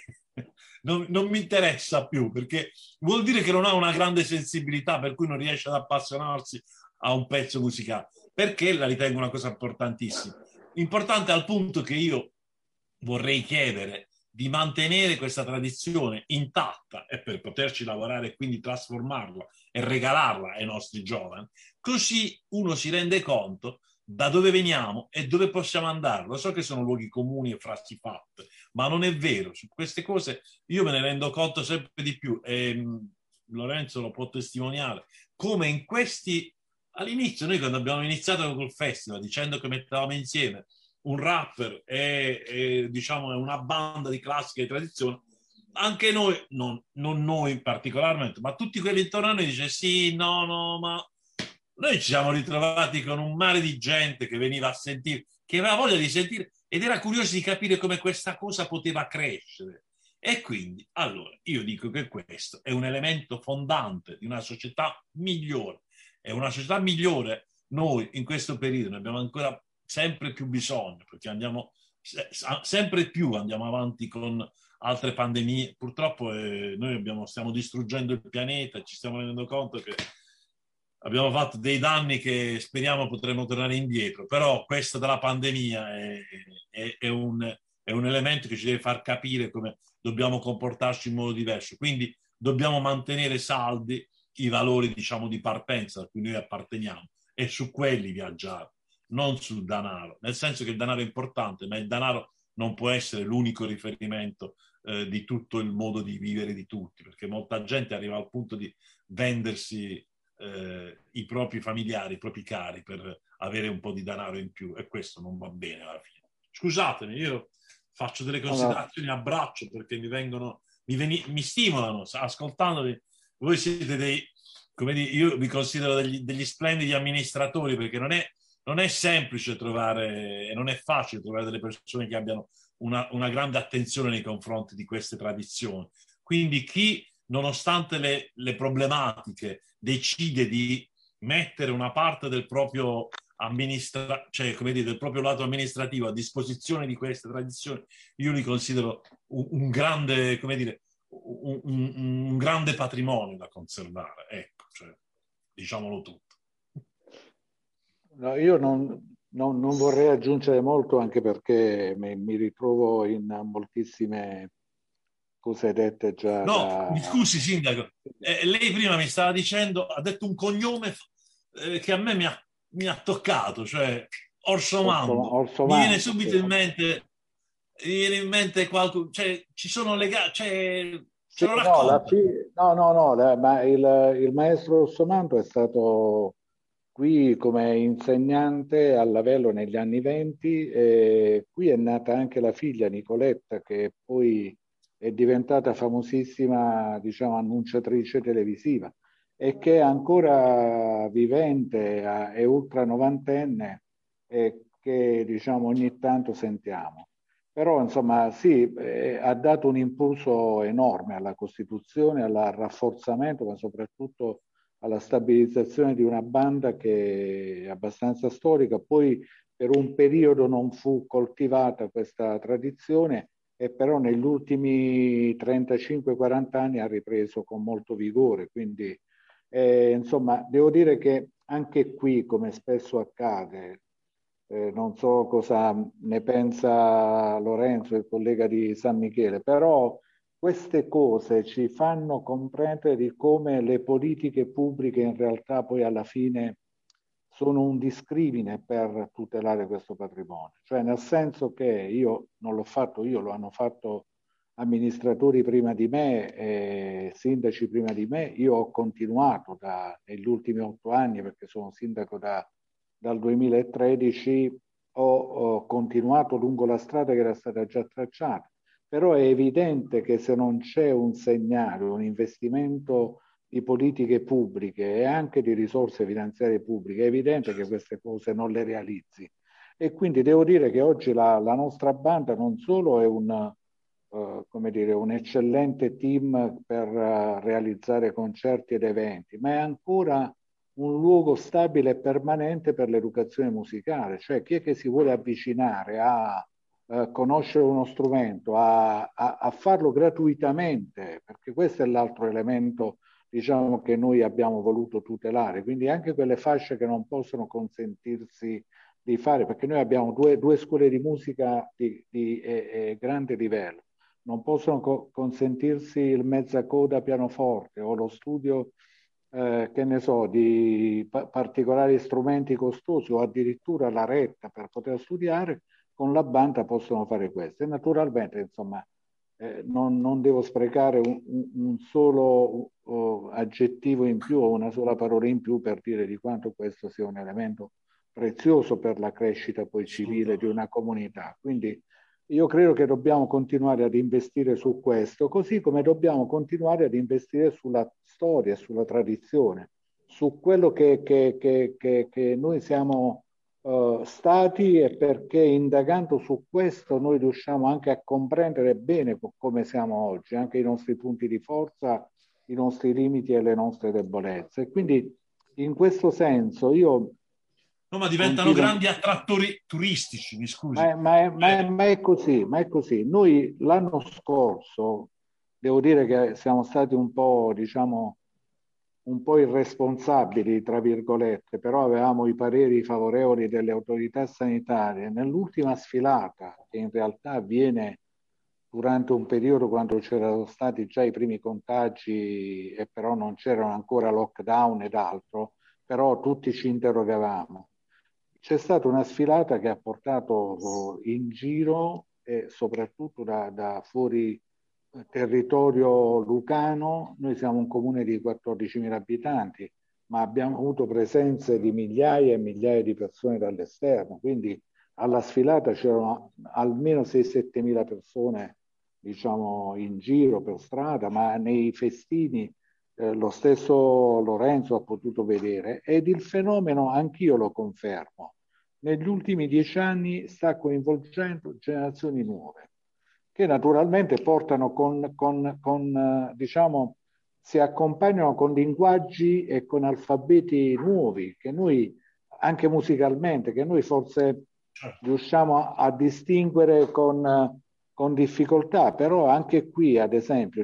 non mi interessa più, perché vuol dire che non ha una grande sensibilità, per cui non riesce ad appassionarsi a un pezzo musicale, perché la ritengo una cosa importantissima. Importante al punto che io vorrei chiedere di mantenere questa tradizione intatta e per poterci lavorare e quindi trasformarla e regalarla ai nostri giovani, così uno si rende conto da dove veniamo e dove possiamo andare. Lo so che sono luoghi comuni e frasi fatte, ma non è vero. Su queste cose io me ne rendo conto sempre di più e Lorenzo lo può testimoniare, come in questi... All'inizio noi, quando abbiamo iniziato col festival dicendo che mettevamo insieme un rapper e diciamo una banda di classica e tradizione, anche noi, non noi particolarmente, ma tutti quelli intorno a noi dice sì, no, ma noi ci siamo ritrovati con un mare di gente che veniva a sentire, che aveva voglia di sentire ed era curioso di capire come questa cosa poteva crescere. E quindi, allora, io dico che questo è un elemento fondante di una società migliore. E una società migliore noi in questo periodo ne abbiamo ancora sempre più bisogno, perché sempre più andiamo avanti con altre pandemie. Purtroppo noi stiamo distruggendo il pianeta e ci stiamo rendendo conto che abbiamo fatto dei danni che speriamo potremo tornare indietro, però questo della pandemia è un elemento che ci deve far capire come dobbiamo comportarci in modo diverso. Quindi dobbiamo mantenere saldi i valori, diciamo, di partenza a cui noi apparteniamo e su quelli viaggiare, non sul denaro, nel senso che il denaro è importante, ma il denaro non può essere l'unico riferimento di tutto il modo di vivere di tutti, perché molta gente arriva al punto di vendersi i propri familiari, i propri cari per avere un po' di denaro in più, e questo non va bene alla fine. Scusatemi, io faccio delle considerazioni a braccio perché mi stimolano ascoltandovi. Voi siete come dire, io vi considero degli splendidi amministratori, perché non è semplice trovare e non è facile trovare delle persone che abbiano una grande attenzione nei confronti di queste tradizioni. Quindi chi nonostante le problematiche, decide di mettere una parte del proprio cioè, come dire, del proprio lato amministrativo a disposizione di queste tradizioni, io li considero un grande, come dire, un grande patrimonio da conservare, ecco, cioè, diciamolo tutto. No, io non vorrei aggiungere molto, anche perché mi ritrovo in moltissime cose dette già No, da... mi scusi, sindaco, lei prima mi stava dicendo, ha detto un cognome che a me mi ha toccato, cioè Orsomando. Mi viene Orsomanto, subito sì. in mente, mi viene in mente qualcuno, cioè ci sono legati, cioè ce Sì, lo no, racconta. no, ma il maestro Orsomanto è stato qui come insegnante a Lavello negli anni '20, e qui è nata anche la figlia Nicoletta, che poi è diventata famosissima, diciamo, annunciatrice televisiva, e che è ancora vivente, è ultra novantenne, e che, diciamo, ogni tanto sentiamo. Però, insomma, sì, ha dato un impulso enorme alla Costituzione, al rafforzamento, ma soprattutto alla stabilizzazione di una banda che è abbastanza storica. Poi per un periodo non fu coltivata questa tradizione, e però negli ultimi 35-40 anni ha ripreso con molto vigore. Quindi, insomma, devo dire che anche qui, come spesso accade, non so cosa ne pensa Lorenzo, il collega di San Michele, però queste cose ci fanno comprendere di come le politiche pubbliche in realtà poi alla fine sono un discrimine per tutelare questo patrimonio. Cioè, nel senso che io non l'ho fatto io, lo hanno fatto amministratori prima di me, sindaci prima di me. Io ho continuato negli ultimi 8 anni, perché sono sindaco dal 2013, ho continuato lungo la strada che era stata già tracciata. Però è evidente che se non c'è un segnale, un investimento di politiche pubbliche e anche di risorse finanziarie pubbliche, è evidente che queste cose non le realizzi. E quindi devo dire che oggi la nostra banda non solo è come dire, un eccellente team per realizzare concerti ed eventi, ma è ancora un luogo stabile e permanente per l'educazione musicale. Cioè, chi è che si vuole avvicinare a conoscere uno strumento, a farlo gratuitamente, perché questo è l'altro elemento, diciamo, che noi abbiamo voluto tutelare. Quindi anche quelle fasce che non possono consentirsi di fare, perché noi abbiamo due scuole di musica di grande livello, non possono consentirsi il mezzacoda pianoforte o lo studio, che ne so, di particolari strumenti costosi, o addirittura la retta per poter studiare. Con la banda possono fare questo. E naturalmente, insomma, non devo sprecare un solo aggettivo in più o una sola parola in più per dire di quanto questo sia un elemento prezioso per la crescita poi civile di una comunità. Quindi io credo che dobbiamo continuare ad investire su questo, così come dobbiamo continuare ad investire sulla storia, sulla tradizione, su quello che noi siamo stati, e perché indagando su questo noi riusciamo anche a comprendere bene come siamo oggi, anche i nostri punti di forza, i nostri limiti e le nostre debolezze. E quindi in questo senso io No, ma diventano continuo... grandi attrattori turistici, mi scusi. Ma è così, ma è così. Noi l'anno scorso, devo dire che siamo stati un po', diciamo, un po' irresponsabili, tra virgolette, però avevamo i pareri favorevoli delle autorità sanitarie. Nell'ultima sfilata, che in realtà avviene durante un periodo quando c'erano stati già i primi contagi e però non c'erano ancora lockdown ed altro, però tutti ci interrogavamo. C'è stata una sfilata che ha portato in giro, e soprattutto da fuori territorio lucano. Noi siamo un comune di 14.000 abitanti, ma abbiamo avuto presenze di migliaia e migliaia di persone dall'esterno, quindi alla sfilata c'erano almeno 6-7 mila persone, diciamo, in giro per strada, ma nei festini lo stesso Lorenzo ha potuto vedere, ed il fenomeno anch'io lo confermo. Negli ultimi 10 anni sta coinvolgendo generazioni nuove, che naturalmente portano diciamo, si accompagnano con linguaggi e con alfabeti nuovi, che noi, anche musicalmente, che noi forse riusciamo a distinguere con difficoltà, però anche qui, ad esempio,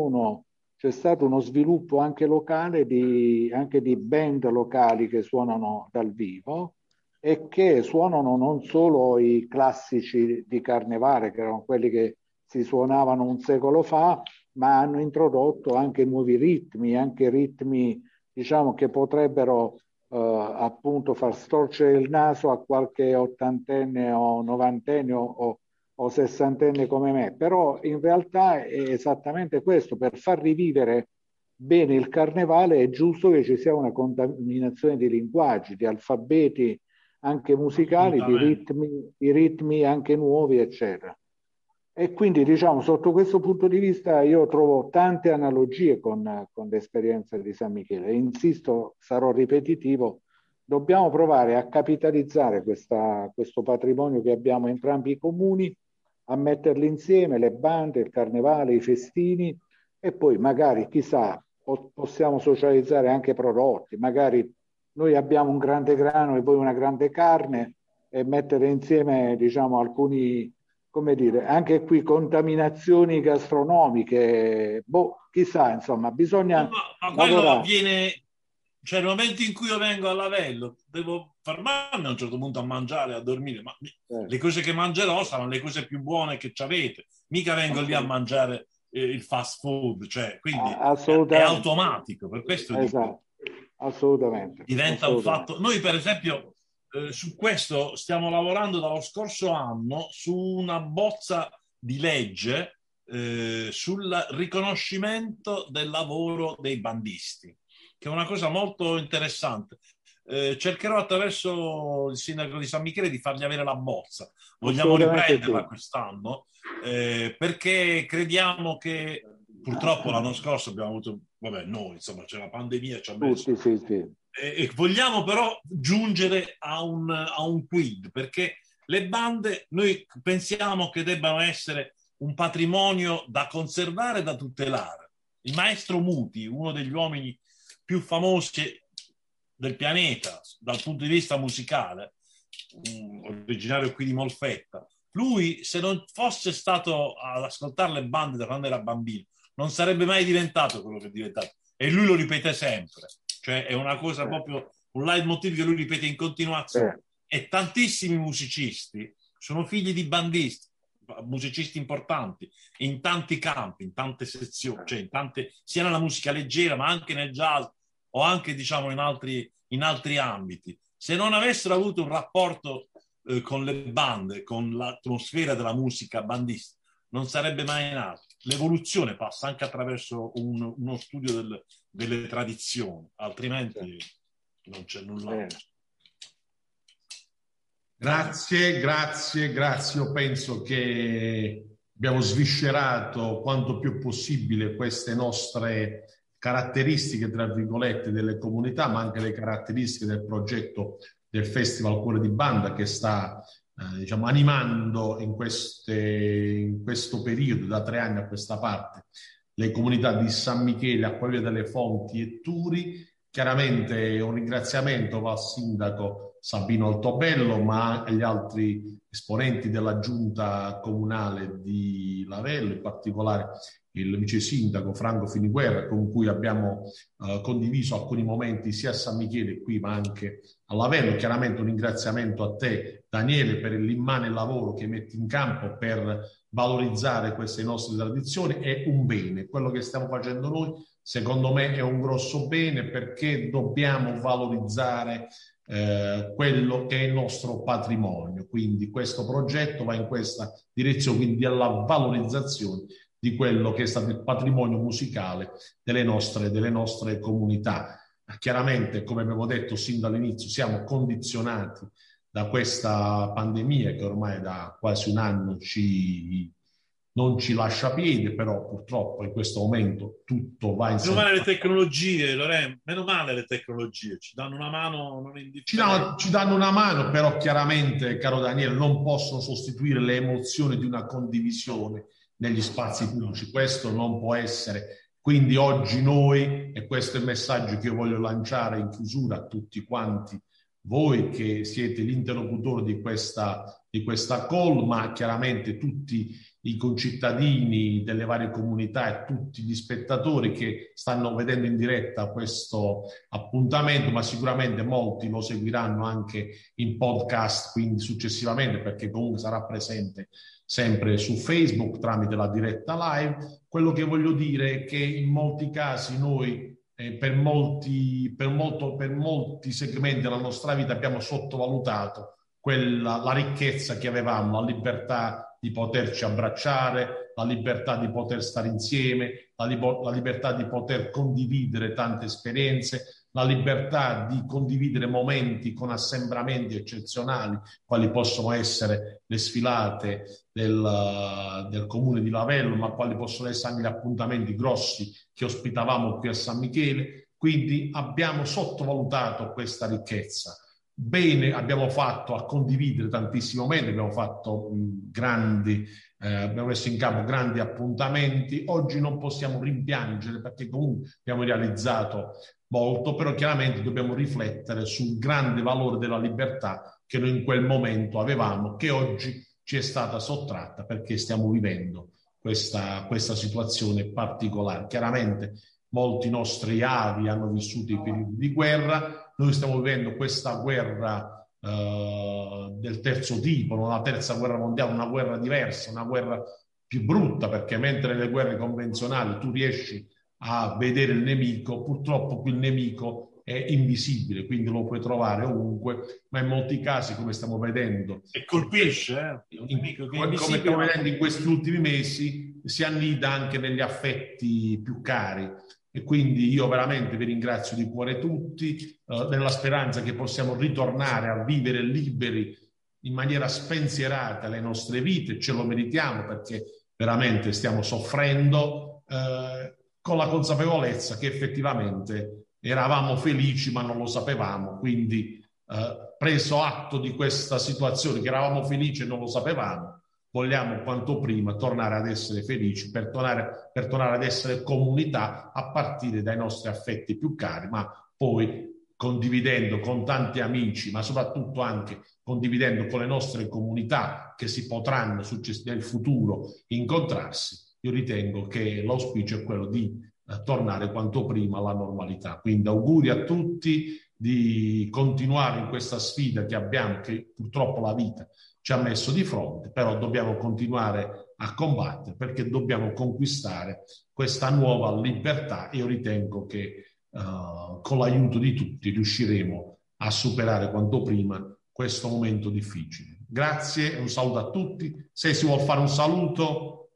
c'è stato uno sviluppo anche locale anche di band locali che suonano dal vivo e che suonano non solo i classici di Carnevale, che erano quelli che si suonavano un secolo fa, ma hanno introdotto anche nuovi ritmi, anche ritmi, diciamo, che potrebbero appunto far storcere il naso a qualche ottantenne o novantenne o sessantenne come me. Però in realtà è esattamente questo: per far rivivere bene il Carnevale è giusto che ci sia una contaminazione di linguaggi, di alfabeti anche musicali, di ritmi anche nuovi, eccetera. E quindi, diciamo, sotto questo punto di vista io trovo tante analogie con l'esperienza di San Michele. Insisto, sarò ripetitivo, dobbiamo provare a capitalizzare questo patrimonio che abbiamo entrambi i comuni, a metterli insieme, le bande, il carnevale, i festini, e poi magari, chissà, possiamo socializzare anche prodotti. Magari noi abbiamo un grande grano e voi una grande carne, e mettere insieme, diciamo, alcuni, come dire, anche qui contaminazioni gastronomiche, chissà, insomma, bisogna ma quello lavorare. avviene, cioè nel momento in cui io vengo a Lavello devo fermarmi a un certo punto a mangiare, a dormire, ma le cose che mangerò saranno le cose più buone che ci avete, mica vengo lì a mangiare il fast food, cioè, quindi è automatico, per questo dico, assolutamente, diventa un fatto. Noi per esempio su questo stiamo lavorando dallo scorso anno su una bozza di legge sul riconoscimento del lavoro dei bandisti, che è una cosa molto interessante. Cercherò attraverso il sindaco di San Michele di fargli avere la bozza. Vogliamo riprenderla quest'anno perché crediamo che purtroppo l'anno scorso abbiamo avuto, noi insomma c'è la pandemia, ci ha messo. E vogliamo però giungere a un quid, perché le bande noi pensiamo che debbano essere un patrimonio da conservare e da tutelare. Il maestro Muti, uno degli uomini più famosi del pianeta dal punto di vista musicale, originario qui di Molfetta, lui, se non fosse stato ad ascoltare le bande da quando era bambino, non sarebbe mai diventato quello che è diventato, e lui lo ripete sempre, cioè è una cosa proprio un leitmotiv che lui ripete in continuazione. E tantissimi musicisti sono figli di bandisti, musicisti importanti in tanti campi, in tante sezioni, cioè sia nella musica leggera ma anche nel jazz o anche, diciamo, in altri ambiti. Se non avessero avuto un rapporto con le bande, con l'atmosfera della musica bandista, non sarebbe mai nato. L'evoluzione passa anche attraverso uno studio delle tradizioni, altrimenti non c'è nulla. Grazie. Io penso che abbiamo sviscerato quanto più possibile queste nostre caratteristiche, tra virgolette, delle comunità, ma anche le caratteristiche del progetto del Festival Cuore di Banda che sta diciamo, animando in questo periodo, da 3 anni a questa parte, le comunità di San Michele, Acquavia delle Fonti e Turi. Chiaramente un ringraziamento va al sindaco Sabino Altobello, ma agli altri esponenti della giunta comunale di Lavello, in particolare il vice sindaco Franco Finiguerra, con cui abbiamo condiviso alcuni momenti sia a San Michele qui ma anche a Lavello. Chiaramente un ringraziamento a te, Daniele, per l'immane lavoro che metti in campo per valorizzare queste nostre tradizioni. È un bene quello che stiamo facendo noi, secondo me è un grosso bene, perché dobbiamo valorizzare quello che è il nostro patrimonio. Quindi questo progetto va in questa direzione, quindi alla valorizzazione di quello che è stato il patrimonio musicale delle nostre comunità. Chiaramente, come abbiamo detto sin dall'inizio, siamo condizionati da questa pandemia che ormai da quasi un anno non ci lascia piede, però purtroppo in questo momento tutto va in meno male le tecnologie, Lorenzo, meno male le tecnologie, ci danno una mano non indifferente. Ci danno una mano, però chiaramente, caro Daniele, non possono sostituire le emozioni di una condivisione negli spazi pubblici. Questo non può essere Quindi oggi noi, e questo è il messaggio che io voglio lanciare in chiusura a tutti quanti voi che siete l'interlocutore di questa call, ma chiaramente tutti i concittadini delle varie comunità e tutti gli spettatori che stanno vedendo in diretta questo appuntamento, ma sicuramente molti lo seguiranno anche in podcast, quindi successivamente, perché comunque sarà presente sempre su Facebook tramite la diretta live. Quello che voglio dire è che in molti casi noi per molti segmenti della nostra vita abbiamo sottovalutato la ricchezza che avevamo, la libertà di poterci abbracciare, la libertà di poter stare insieme, la libertà di poter condividere tante esperienze, la libertà di condividere momenti con assembramenti eccezionali, quali possono essere le sfilate del comune di Lavello, ma quali possono essere anche gli appuntamenti grossi che ospitavamo qui a San Michele. Quindi abbiamo sottovalutato questa ricchezza. Bene, abbiamo fatto a condividere tantissimi momenti, abbiamo fatto abbiamo messo in campo grandi appuntamenti. Oggi non possiamo rimpiangere perché comunque abbiamo realizzato molto, però chiaramente dobbiamo riflettere sul grande valore della libertà che noi in quel momento avevamo, che oggi ci è stata sottratta perché stiamo vivendo questa situazione particolare. Chiaramente molti nostri avi hanno vissuto i periodi di guerra, noi stiamo vivendo questa guerra del terzo tipo, non la terza guerra mondiale, una guerra diversa, una guerra più brutta, perché mentre nelle guerre convenzionali tu riesci a vedere il nemico, purtroppo qui il nemico è invisibile, quindi lo puoi trovare ovunque, ma in molti casi, come stiamo vedendo, e colpisce, come stiamo vedendo in questi ultimi mesi, si annida anche negli affetti più cari. E quindi io veramente vi ringrazio di cuore tutti, nella speranza che possiamo ritornare a vivere liberi in maniera spensierata le nostre vite, ce lo meritiamo perché veramente stiamo soffrendo, con la consapevolezza che effettivamente eravamo felici ma non lo sapevamo, quindi preso atto di questa situazione che eravamo felici e non lo sapevamo, vogliamo quanto prima tornare ad essere felici, per tornare ad essere comunità a partire dai nostri affetti più cari, ma poi condividendo con tanti amici, ma soprattutto anche condividendo con le nostre comunità che si potranno nel futuro incontrarsi. Io ritengo che l'auspicio è quello di tornare quanto prima alla normalità. Quindi auguri a tutti di continuare in questa sfida che abbiamo, che purtroppo la vita ci ha messo di fronte, però dobbiamo continuare a combattere perché dobbiamo conquistare questa nuova libertà e io ritengo che con l'aiuto di tutti riusciremo a superare quanto prima questo momento difficile. Grazie, un saluto a tutti. Se si vuol fare un saluto,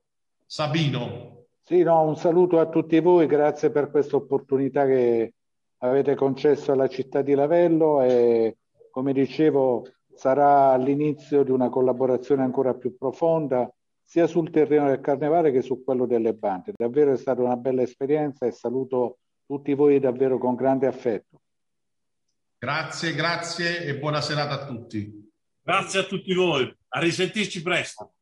Sabino. Sì, no, un saluto a tutti voi, grazie per questa opportunità che avete concesso alla città di Lavello e, come dicevo, sarà l'inizio di una collaborazione ancora più profonda sia sul terreno del carnevale che su quello delle bande. Davvero è stata una bella esperienza e saluto tutti voi davvero con grande affetto. Grazie e buona serata a tutti. Grazie a tutti voi, a risentirci presto.